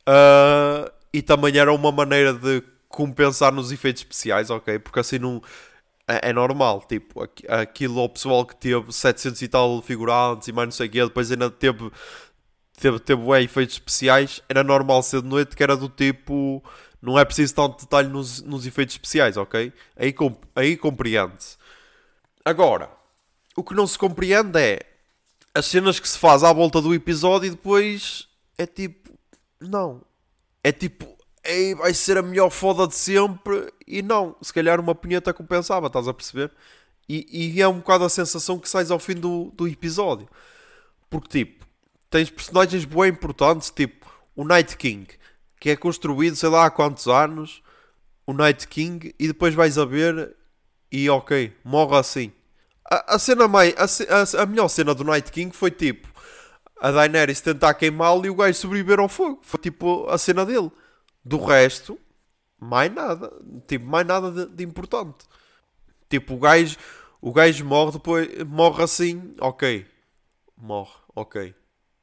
uh, e também era uma maneira de compensar nos efeitos especiais, ok? Porque assim não... É, é normal, tipo, aquilo ao pessoal que teve setecentos e tal figurantes e mais não sei o quê, depois ainda teve... Teve, teve bem, efeitos especiais, era normal ser de noite, que era do tipo, não é preciso tanto detalhe nos, nos efeitos especiais, ok? Aí, aí compreende-se. Agora, o que não se compreende é as cenas que se faz à volta do episódio e depois é tipo, não, é tipo, ei, vai ser a melhor foda de sempre e não, se calhar uma punheta compensava, estás a perceber? E, e é um bocado a sensação que sais ao fim do, do episódio, porque tipo, tens personagens bem importantes, tipo o Night King, que é construído sei lá há quantos anos, o Night King, e depois vais a ver e ok, morre assim. A, a cena mais, a, a, a melhor cena do Night King foi tipo a Daenerys tentar queimá-lo e o gajo sobreviver ao fogo. Foi tipo a cena dele. Do resto, mais nada. Tipo, mais nada de, de importante. Tipo, o gajo, o gajo morre depois, morre assim, ok. Morre, ok.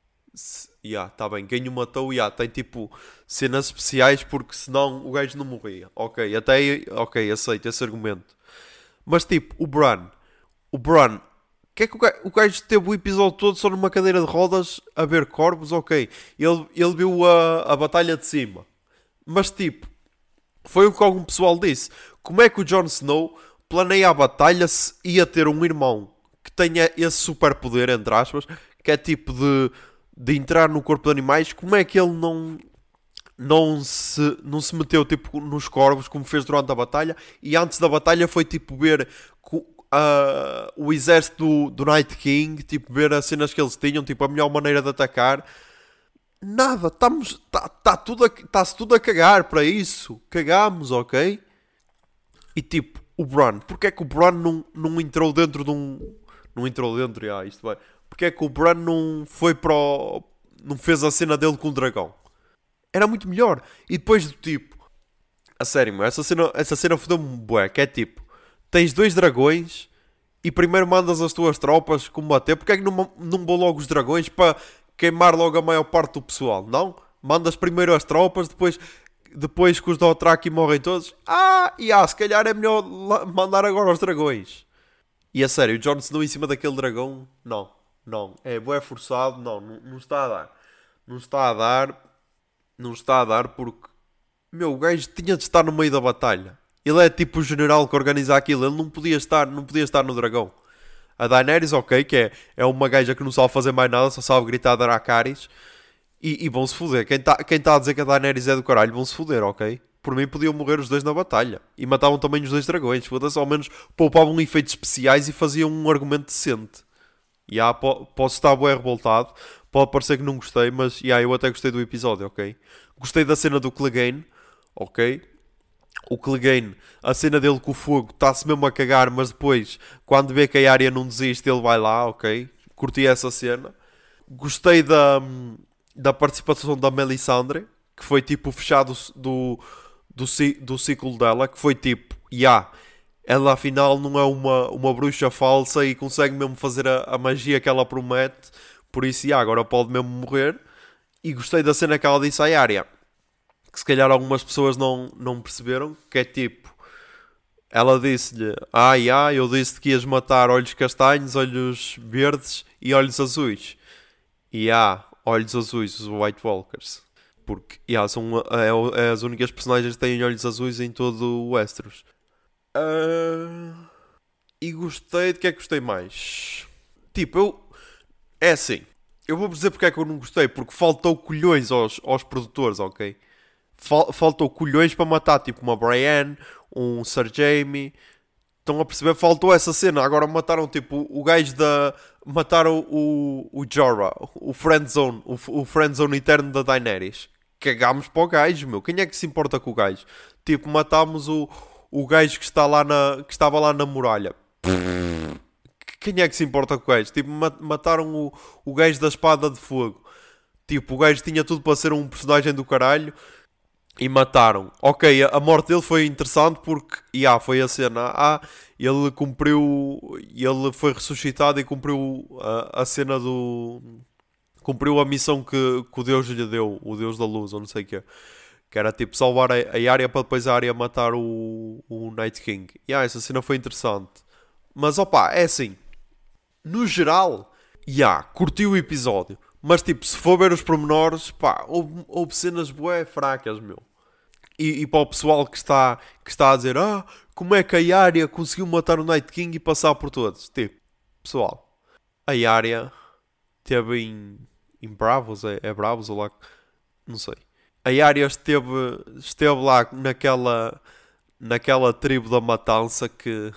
Ya, yeah, tá bem, quem o matou, ya, yeah, tem tipo cenas especiais porque senão o gajo não morria. Ok, até aí, ok, aceito esse argumento. Mas tipo, o Bran, o Bran, que é que o gajo, o gajo teve o episódio todo só numa cadeira de rodas a ver corvos, ok. Ele, ele viu a, a batalha de cima. Mas tipo, foi o que algum pessoal disse. Como é que o Jon Snow planeia a batalha se ia ter um irmão que tenha esse superpoder, entre aspas, que é tipo de... de entrar no corpo de animais, como é que ele não não se, não se meteu tipo nos corvos como fez durante a batalha, e antes da batalha foi tipo ver uh, o exército do, do Night King, tipo ver as cenas que eles tinham, tipo a melhor maneira de atacar. Nada, estamos tá, tá tudo está-se tudo a cagar para isso, cagamos, ok? E tipo, o Bran, porque é que o Bran não, não entrou dentro de um não entrou dentro, já, isto vai porque é que o Bran não foi para o... não fez a cena dele com o dragão? Era muito melhor. E depois do tipo... A sério, meu, essa cena, essa cena fodeu-me bué, que é tipo... Tens dois dragões e primeiro mandas as tuas tropas combater. Porque é que não, não vão logo os dragões para queimar logo a maior parte do pessoal? Não? Mandas primeiro as tropas, depois... Depois que os Dothraki morrem todos... Ah, e ah, se calhar é melhor mandar agora os dragões. E a sério, o Jon Snow em cima daquele dragão... Não. Não, é bué forçado, não, não, não está a dar. Não está a dar, não está a dar porque, meu, o gajo tinha de estar no meio da batalha. Ele é tipo o general que organiza aquilo, ele não podia estar, não podia estar no dragão. A Daenerys, ok, que é, é uma gaja que não sabe fazer mais nada, só sabe gritar Dracarys. E, e vão-se foder. Quem está quem tá a dizer que a Daenerys é do caralho, vão-se foder, ok? Por mim podiam morrer os dois na batalha. E matavam também os dois dragões. Foda-se, ao menos poupavam efeitos especiais e faziam um argumento decente. Yeah, po- posso estar bué revoltado, pode parecer que não gostei, mas yeah, eu até gostei do episódio, ok? Gostei da cena do Clegane, ok? O Clegane, a cena dele com o fogo, está-se mesmo a cagar, mas depois, quando vê que a área não desiste, ele vai lá, ok? Curti essa cena. Gostei da, da participação da Melisandre, que foi tipo fechado do, do, ci- do ciclo dela, que foi tipo, ya, yeah, ela afinal não é uma, uma bruxa falsa e consegue mesmo fazer a, a magia que ela promete, por isso, ya, yeah, agora pode mesmo morrer. E gostei da cena que ela disse à Arya, que se calhar algumas pessoas não, não perceberam, que é tipo, ela disse-lhe, ah, ya, eu disse que ias matar olhos castanhos, olhos verdes e olhos azuis. E há olhos azuis, os White Walkers. Porque yeah, são é, é as únicas personagens que têm olhos azuis em todo o Westeros. Uh, e gostei, de que é que gostei mais? Tipo, eu... É assim, eu vou dizer porque é que eu não gostei. Porque faltou colhões aos, aos produtores, ok? Fal, faltou colhões para matar, tipo uma Brienne, um Sir Jaime. Estão a perceber? Faltou essa cena. Agora mataram tipo o gajo da... Mataram o, o Jorah, o friendzone, o, o friendzone eterno da Daenerys. Cagámos para o gajo, meu. Quem é que se importa com o gajo? Tipo, matámos o, o gajo que, está lá na, que estava lá na muralha. Quem é que se importa com o gajo? Tipo, mataram o, o gajo da espada de fogo. Tipo, o gajo tinha tudo para ser um personagem do caralho. E mataram. Ok, a morte dele foi interessante porque, yeah, foi a cena. Ah, ele cumpriu, ele foi ressuscitado e cumpriu a, a cena do... Cumpriu a missão que, que o Deus lhe deu, o Deus da Luz, ou não sei o que. Que era tipo salvar a, a Arya para depois a Arya matar o, o Night King. E yeah, essa cena foi interessante. Mas opá, é assim. No geral, yeah, curti o episódio. Mas tipo, se for ver os pormenores, pá, houve, houve cenas bué fracas, meu. E, e para o pessoal que está, que está a dizer, ah, como é que a Arya conseguiu matar o Night King e passar por todos? Tipo, pessoal, a Arya esteve em, em Bravos, é, é Bravos ou lá, não sei. A Arya esteve, esteve lá naquela, naquela tribo da matança que,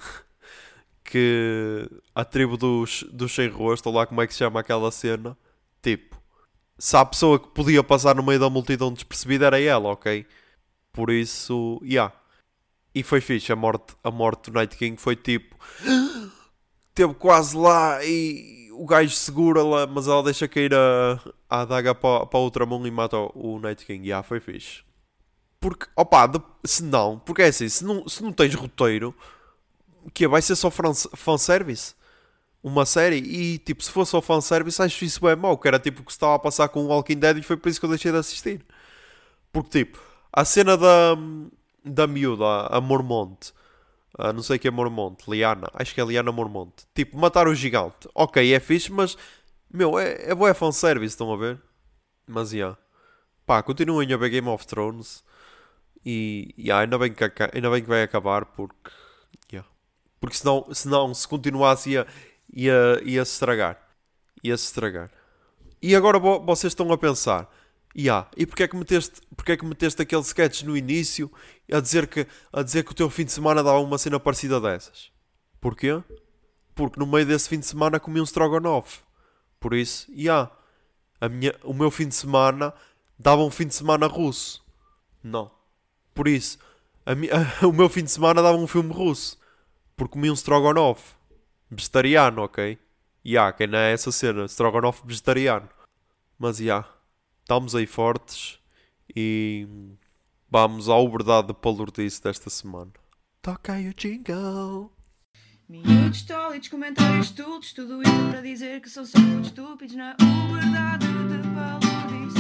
que a tribo dos, dos sem rosto, ou lá como é que se chama aquela cena. Tipo, se há pessoa que podia passar no meio da multidão despercebida era ela, ok? Por isso, yeah. E foi fixe, a morte, a morte do Night King foi tipo... Teve quase lá e o gajo segura-la, mas ela deixa cair a, a adaga para, para a outra mão e mata o, o Night King. Yeah, foi fixe. Porque, opá, de, se não, porque é assim, se não, se não tens roteiro, que vai ser só fanservice? Uma série? E, tipo, se fosse só fanservice, acho isso bem mau, que era tipo o que se estava a passar com o Walking Dead e foi por isso que eu deixei de assistir. Porque, tipo, a cena da, da miúda, a Mormont, a não sei o que é Mormont, Liana, acho que é Liana Mormont. Tipo, matar o gigante. Ok, é fixe, mas, meu, é, é boa fanservice, estão a ver? Mas, yeah. Pá, continuem a ver Game of Thrones. E, yeah, ainda bem que, ainda bem que vai acabar, porque, yeah. Porque senão, senão se continuasse, ia, ia, ia se estragar. Ia se estragar. E agora vocês estão a pensar... Yeah. E porquê é que meteste, porquê é que meteste aquele sketch no início a dizer, que, a dizer que o teu fim de semana dava uma cena parecida dessas? Porquê? Porque no meio desse fim de semana comi um Stroganoff. Por isso, yeah, a minha, o meu fim de semana dava um fim de semana russo. Não. Por isso, a mi, a, o meu fim de semana dava um filme russo. Porque comi um Stroganoff. Vegetariano, ok? Yeah, que não é essa cena. Stroganoff vegetariano. Mas, yeah. Estamos aí fortes e vamos à verdade de palurdice desta semana. Toca aí o jingle. Miúdos, tólitos, comentários estúpidos, tudo isto para dizer que são só muito estúpidos na verdade de palurdice.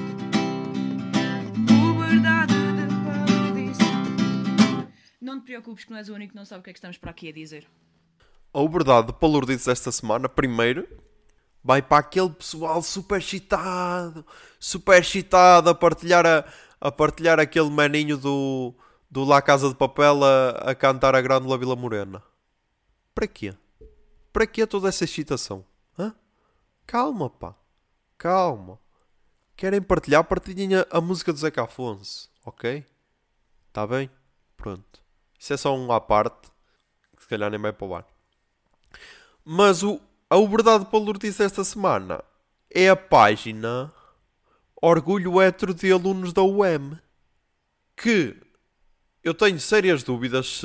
Verdade de palurdice. Não te preocupes que não és o único que não sabe o que é que estamos para aqui a dizer. A verdade de palurdice desta semana, primeiro... Vai para aquele pessoal super excitado, super excitado a partilhar, a, a partilhar aquele maninho do, do La Casa de Papel a, a cantar a Grândola Vila Morena. Para quê? Para quê toda essa excitação? Hã? Calma, pá. Calma. Querem partilhar? Partilhem a, a música do Zeca Afonso. Ok? Está bem? Pronto. Isso é só um à parte. Que se calhar nem vai para o ar. Mas o... A verdade palurdice desta semana é a página Orgulho Hétero de Alunos da U E M. Que eu tenho sérias dúvidas se,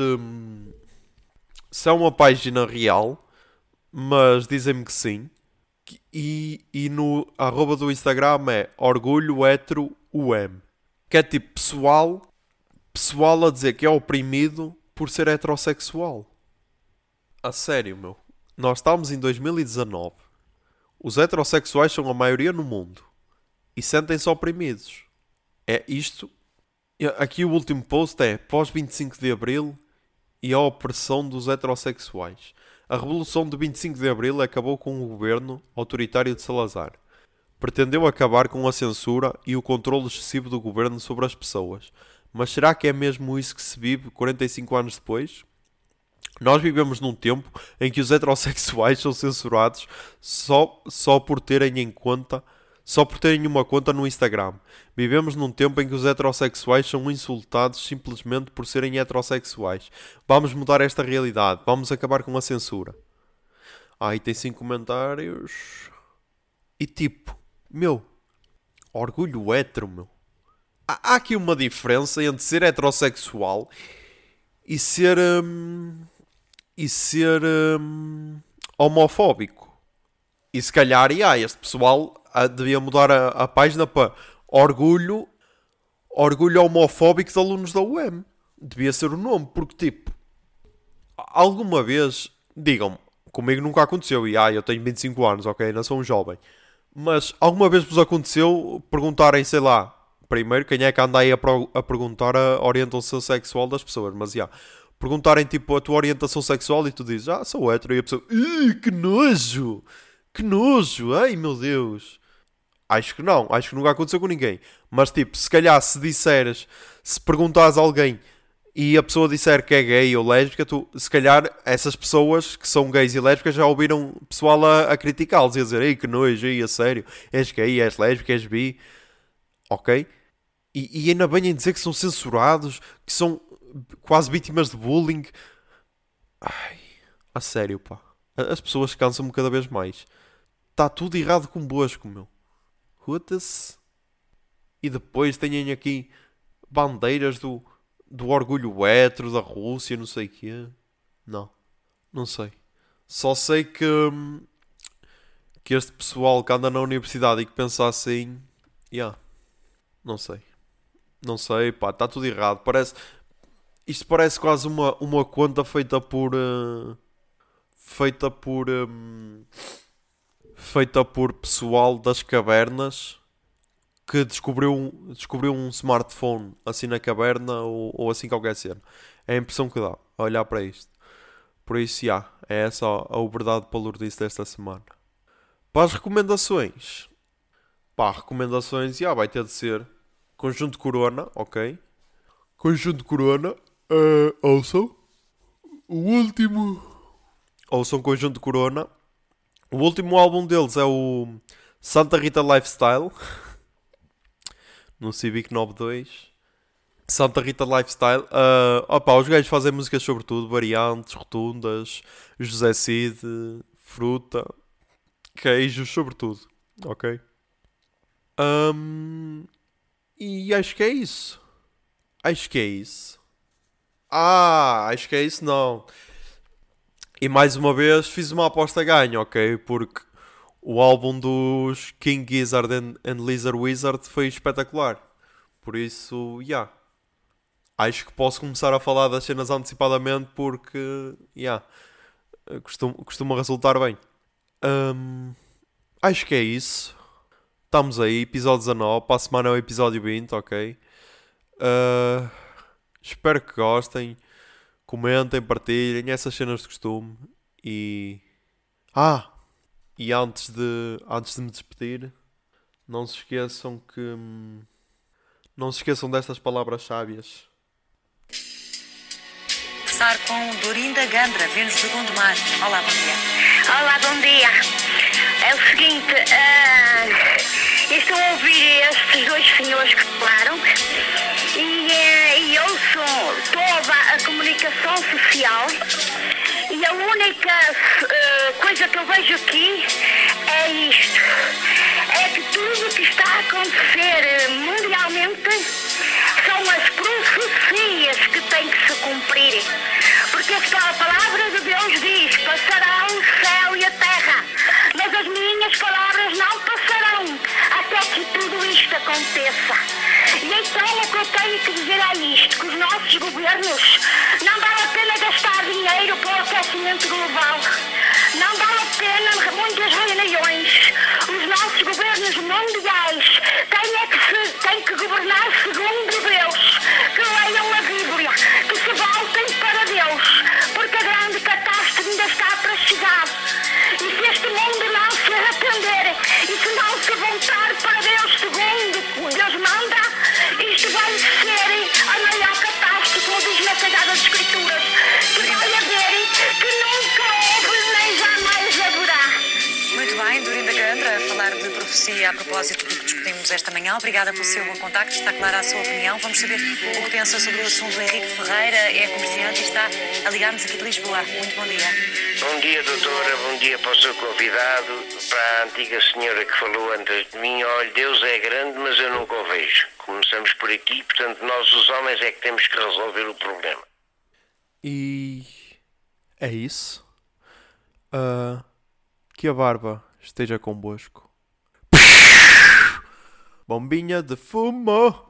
se é uma página real, mas dizem-me que sim. E, e no arroba do Instagram é Orgulho Hétero U E M. Que é tipo pessoal, pessoal a dizer que é oprimido por ser heterossexual. A sério, meu. Nós estamos em dois mil e dezanove. Os heterossexuais são a maioria no mundo. E sentem-se oprimidos. É isto. Aqui o último post é pós vinte e cinco de Abril e a opressão dos heterossexuais. A revolução de vinte e cinco de Abril acabou com o governo autoritário de Salazar. Pretendeu acabar com a censura e o controle excessivo do governo sobre as pessoas. Mas será que é mesmo isso que se vive quarenta e cinco anos depois? Nós vivemos num tempo em que os heterossexuais são censurados só, só por terem em conta, só por terem uma conta no Instagram. Vivemos num tempo em que os heterossexuais são insultados simplesmente por serem heterossexuais. Vamos mudar esta realidade. Vamos acabar com a censura. Ah, e tem cinco comentários. E tipo, meu, orgulho hétero, meu. Há, há aqui uma diferença entre ser heterossexual e ser... Hum, e ser hum, homofóbico. E se calhar, e ah, este pessoal ah, devia mudar a, a página para orgulho, orgulho homofóbico de alunos da U E M. Devia ser o nome, porque tipo, alguma vez, digam-me, comigo nunca aconteceu, e ah, eu tenho vinte e cinco anos, ok, não sou um jovem, mas alguma vez vos aconteceu perguntarem, sei lá, primeiro, quem é que anda aí a, pro, a perguntar a orientação sexual das pessoas, mas já... Yeah, perguntarem tipo a tua orientação sexual e tu dizes, ah, sou hétero, e a pessoa, ih, que nojo, que nojo, ai meu Deus. Acho que não, acho que nunca aconteceu com ninguém. Mas tipo, se calhar se disseres, se perguntares a alguém e a pessoa disser que é gay ou lésbica, tu, se calhar essas pessoas que são gays e lésbicas já ouviram pessoal a, a criticá-los e a dizer, ei, que nojo, ei, a sério, és gay, és lésbica, és bi, ok? E, e ainda bem em dizer que são censurados, que são quase vítimas de bullying. Ai, a sério, pá. As pessoas cansam-me cada vez mais. Está tudo errado convosco, meu. Ruta-se. E depois têm aqui bandeiras do, do orgulho hétero da Rússia, não sei o quê. Não, não sei. Só sei que que este pessoal que anda na universidade e que pensa assim, yeah, não sei. Não sei, pá, está tudo errado. Parece... Isto parece quase uma, uma conta feita por... Uh, feita por... Um, feita por pessoal das cavernas que descobriu um, descobriu um smartphone assim na caverna ou, ou assim qualquer cena. É a impressão que dá a olhar para isto. Por isso, já, é essa a, a verdade palurdice desta semana. Para as recomendações. Pá, recomendações, já, vai ter de ser Conjunto Corona, ok? Conjunto Corona. Uh, ouçam o último ouçam Conjunto Corona. O último álbum deles é o Santa Rita Lifestyle no Civic noventa e dois. Santa Rita Lifestyle. uh, opa, os gajos fazem músicas sobre tudo, variantes, rotundas, José Cid, fruta, queijos, sobre tudo, ok? Um, e acho que é isso. Acho que é isso. Ah, acho que é isso não. E mais uma vez fiz uma aposta ganha, ok? Porque o álbum dos King Gizzard and, and Lizard Wizard foi espetacular. Por isso, já. Yeah. Acho que posso começar a falar das cenas antecipadamente porque, já. Yeah, costuma, costuma resultar bem. Um, acho que é isso. Estamos aí, episódio dezanove. Para a semana é o episódio vinte, ok? Uh, espero que gostem. Comentem, partilhem essas cenas de costume. E... Ah! E antes de, antes de me despedir, não se esqueçam que... Não se esqueçam destas palavras sábias. Conversar com Dorinda Gandra, Vênus do Gondomar. Olá, bom dia. Olá, bom dia. É o seguinte, uh, eu estou a ouvir estes dois senhores que falaram e, uh, e ouço toda a comunicação social E a única uh, coisa que eu vejo aqui é isto. É que tudo que está a acontecer mundialmente são as profecias que têm que se cumprir. Porque a palavra de Deus diz, passará o céu e a terra, mas as minhas palavras não passarão até que tudo isto aconteça. E então o que eu tenho que dizer é isto, que os nossos governos não vale a pena gastar dinheiro para o aquecimento global. Não vale a pena muitas reuniões. Os nossos governos mundiais têm, é que, se, têm que governar segundo Deus, que leiam a Bíblia, que se voltem para Deus, porque a grande catástrofe ainda está para chegar. E se este mundo não se arrepender e se não se voltar para Deus segundo Deus manda, isto vai ser a maior catástrofe, como diz na Sagrada Escrituras, que vai haver, que nunca houve nem jamais haverá. Muito bem, Dorinda Gandra, a falar de profecia a propósito do que discutimos esta manhã. Obrigada pelo seu contacto, está clara a sua opinião. Vamos saber o que pensa sobre o assunto. Henrique Ferreira é comerciante e está a ligar-nos aqui de Lisboa. Muito bom dia. Bom dia, doutora, bom dia para o seu convidado, para a antiga senhora que falou antes de mim. Olha, Deus é grande, mas eu nunca o vejo. Começamos por aqui, portanto nós os homens é que temos que resolver o problema. E é isso. Uh, que a barba esteja convosco. Bombinha de fumo.